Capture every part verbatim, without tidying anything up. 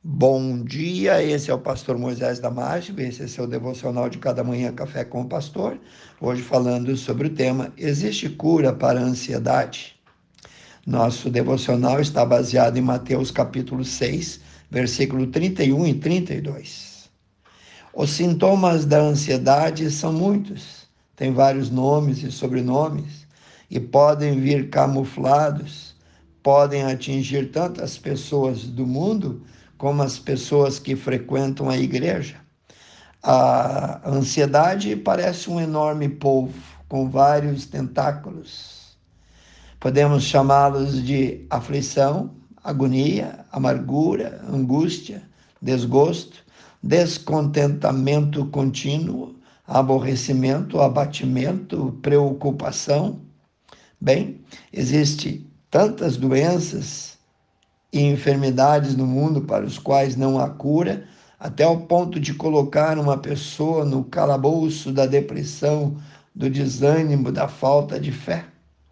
Bom dia, esse é o pastor Moisés Damásio, esse é seu devocional de cada manhã, Café com o Pastor. Hoje falando sobre o tema, existe cura para a ansiedade? Nosso devocional está baseado em Mateus capítulo seis, versículo trinta e um e trinta e dois. Os sintomas da ansiedade são muitos, têm vários nomes e sobrenomes e podem vir camuflados, podem atingir tanto as pessoas do mundo como as pessoas que frequentam a igreja. A ansiedade parece um enorme polvo com vários tentáculos. Podemos chamá-los de aflição, agonia, amargura, angústia, desgosto, descontentamento contínuo, aborrecimento, abatimento, preocupação. Bem, existem tantas doenças e enfermidades no mundo para os quais não há cura, até o ponto de colocar uma pessoa no calabouço da depressão, do desânimo, da falta de fé.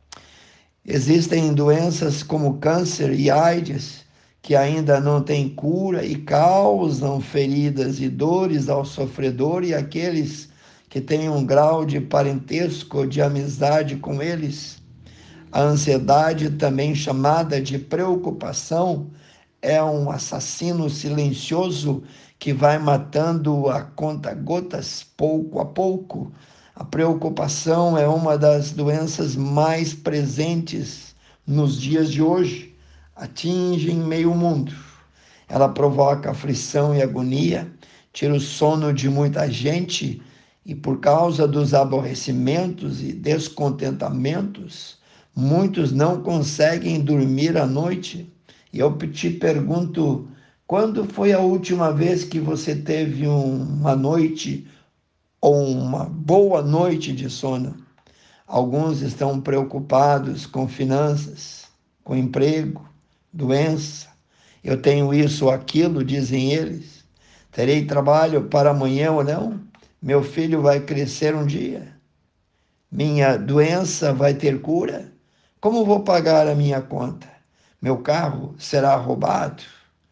Existem doenças como câncer e AIDS que ainda não têm cura e causam feridas e dores ao sofredor e àqueles que têm um grau de parentesco, de amizade com eles. A ansiedade, também chamada de preocupação, é um assassino silencioso que vai matando a conta-gotas, pouco a pouco. A preocupação é uma das doenças mais presentes nos dias de hoje. Atinge meio mundo. Ela provoca aflição e agonia, tira o sono de muita gente e, por causa dos aborrecimentos e descontentamentos, muitos não conseguem dormir à noite. E eu te pergunto, quando foi a última vez que você teve uma noite ou uma boa noite de sono? Alguns estão preocupados com finanças, com emprego, doença. Eu tenho isso ou aquilo, dizem eles. Terei trabalho para amanhã ou não? Meu filho vai crescer um dia? Minha doença vai ter cura? Como vou pagar a minha conta? Meu carro será roubado?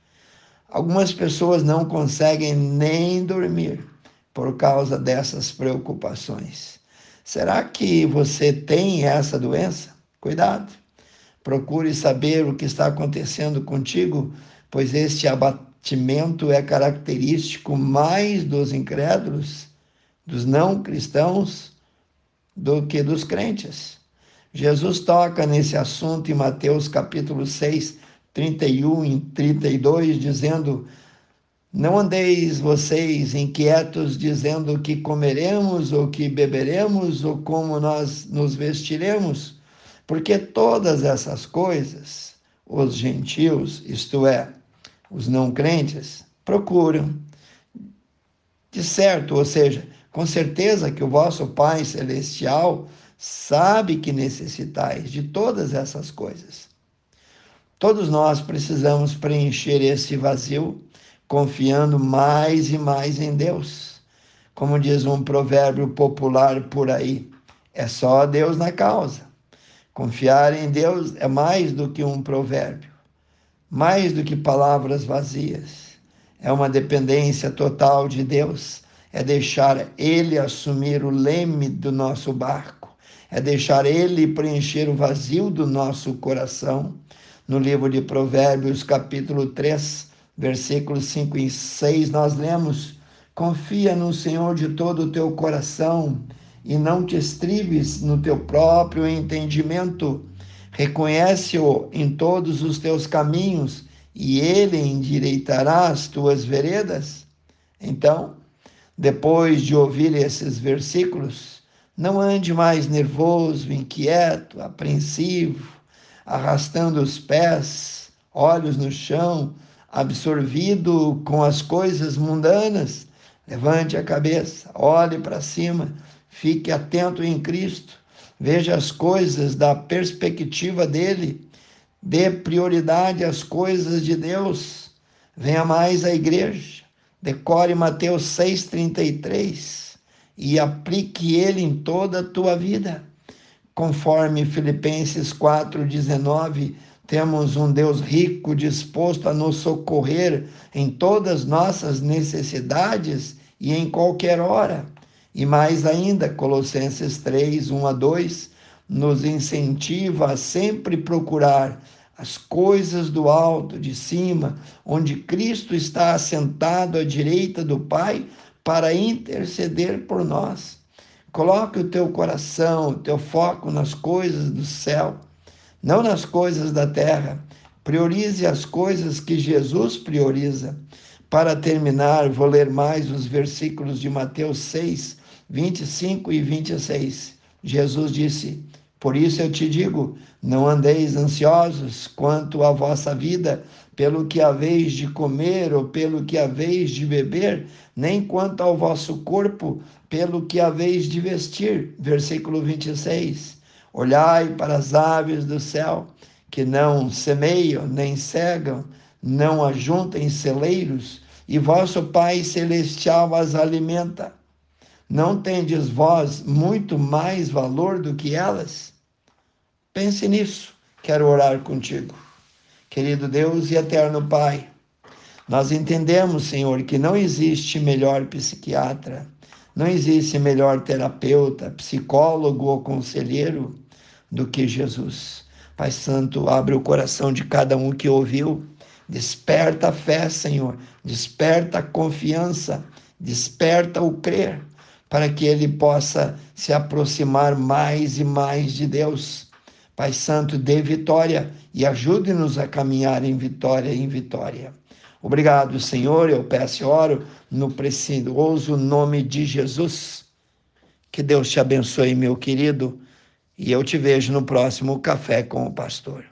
Algumas pessoas não conseguem nem dormir por causa dessas preocupações. Será que você tem essa doença? Cuidado. Procure saber o que está acontecendo contigo, pois este abatimento é característico mais dos incrédulos, dos não cristãos, do que dos crentes. Jesus toca nesse assunto em Mateus capítulo seis, trinta e um e trinta e dois, dizendo: não andeis vocês inquietos, dizendo que comeremos, ou que beberemos, ou como nós nos vestiremos, porque todas essas coisas os gentios, isto é, os não crentes, procuram. De certo, ou seja, com certeza que o vosso Pai Celestial sabe que necessitais de todas essas coisas. Todos nós precisamos preencher esse vazio, confiando mais e mais em Deus. Como diz um provérbio popular por aí, é só Deus na causa. Confiar em Deus é mais do que um provérbio, mais do que palavras vazias. É uma dependência total de Deus, é deixar Ele assumir o leme do nosso barco, é deixar Ele preencher o vazio do nosso coração. No livro de Provérbios, capítulo três, versículos cinco e seis, nós lemos: confia no Senhor de todo o teu coração e não te estribes no teu próprio entendimento. Reconhece-o em todos os teus caminhos e ele endireitará as tuas veredas. Então, depois de ouvir esses versículos, não ande mais nervoso, inquieto, apreensivo, arrastando os pés, olhos no chão, absorvido com as coisas mundanas. Levante a cabeça, olhe para cima, fique atento em Cristo, veja as coisas da perspectiva dele, dê prioridade às coisas de Deus, venha mais à igreja, decore Mateus seis, trinta e três e aplique ele em toda a tua vida, conforme Filipenses quatro, dezenove, Temos um Deus rico, disposto a nos socorrer em todas nossas necessidades e em qualquer hora. E mais ainda, Colossenses três, um a dois, nos incentiva a sempre procurar as coisas do alto, de cima, onde Cristo está assentado à direita do Pai para interceder por nós. Coloque o teu coração, o teu foco nas coisas do céu, não nas coisas da terra. Priorize as coisas que Jesus prioriza. Para terminar, vou ler mais os versículos de Mateus seis, vinte e cinco e vinte e seis. Jesus disse: por isso eu te digo, não andeis ansiosos quanto à vossa vida, pelo que haveis de comer ou pelo que haveis de beber, nem quanto ao vosso corpo, pelo que haveis de vestir. Versículo vinte e seis. Olhai para as aves do céu, que não semeiam, nem cegam, não ajuntem celeiros, e vosso Pai Celestial as alimenta. Não tendes vós muito mais valor do que elas? Pense nisso. Quero orar contigo. Querido Deus e eterno Pai, nós entendemos, Senhor, que não existe melhor psiquiatra, não existe melhor terapeuta, psicólogo ou conselheiro do que Jesus. Pai Santo, abre o coração de cada um que ouviu. Desperta a fé, Senhor. Desperta a confiança. Desperta o crer, para que ele possa se aproximar mais e mais de Deus. Pai Santo, dê vitória e ajude-nos a caminhar em vitória em vitória. Obrigado, Senhor, eu peço e oro no precioso nome de Jesus. Que Deus te abençoe, meu querido, e eu te vejo no próximo Café com o Pastor.